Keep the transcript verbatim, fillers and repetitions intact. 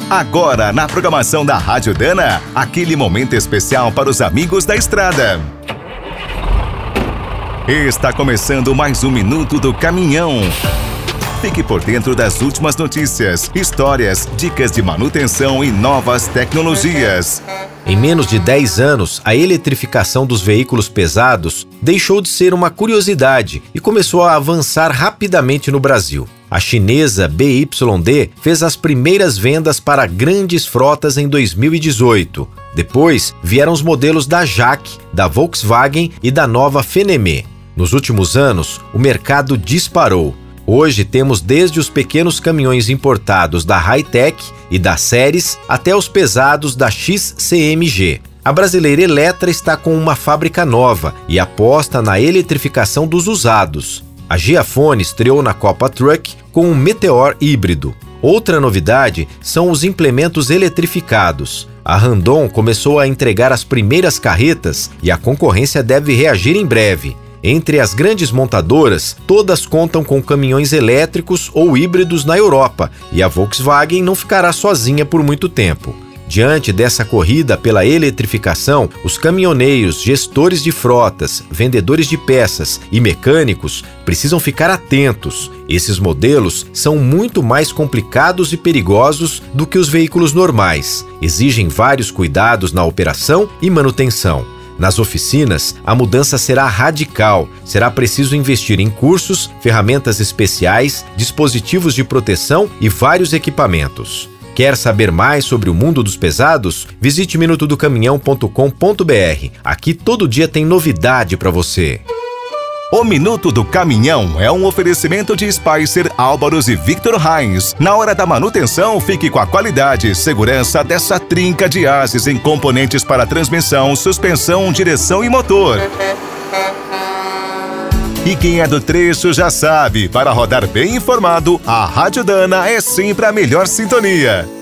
Agora, na programação da Rádio Dana, aquele momento especial para os amigos da estrada. Está começando mais um Minuto do Caminhão. Fique por dentro das últimas notícias, histórias, dicas de manutenção e novas tecnologias. Em menos de dez anos, a eletrificação dos veículos pesados deixou de ser uma curiosidade e começou a avançar rapidamente no Brasil. A chinesa B Y D fez as primeiras vendas para grandes frotas em dois mil e dezoito. Depois, vieram os modelos da J A C, da Volkswagen e da nova Fenemé. Nos últimos anos, o mercado disparou. Hoje temos desde os pequenos caminhões importados da Hi-Tech e da Seres até os pesados da X C M G. A brasileira Eletra está com uma fábrica nova e aposta na eletrificação dos usados. A Giafone estreou na Copa Truck com um Meteor híbrido. Outra novidade são os implementos eletrificados. A Randon começou a entregar as primeiras carretas e a concorrência deve reagir em breve. Entre as grandes montadoras, todas contam com caminhões elétricos ou híbridos na Europa e a Volkswagen não ficará sozinha por muito tempo. Diante dessa corrida pela eletrificação, os caminhoneiros, gestores de frotas, vendedores de peças e mecânicos precisam ficar atentos. Esses modelos são muito mais complicados e perigosos do que os veículos normais. Exigem vários cuidados na operação e manutenção. Nas oficinas, a mudança será radical. Será preciso investir em cursos, ferramentas especiais, dispositivos de proteção e vários equipamentos. Quer saber mais sobre o mundo dos pesados? Visite minuto do caminhão ponto com ponto b r. Aqui todo dia tem novidade para você. O Minuto do Caminhão é um oferecimento de Spicer, Álvaros e Victor Heinz. Na hora da manutenção, fique com a qualidade e segurança dessa trinca de ases em componentes para transmissão, suspensão, direção e motor. E quem é do trecho já sabe, para rodar bem informado, a Rádio Dana é sempre a melhor sintonia.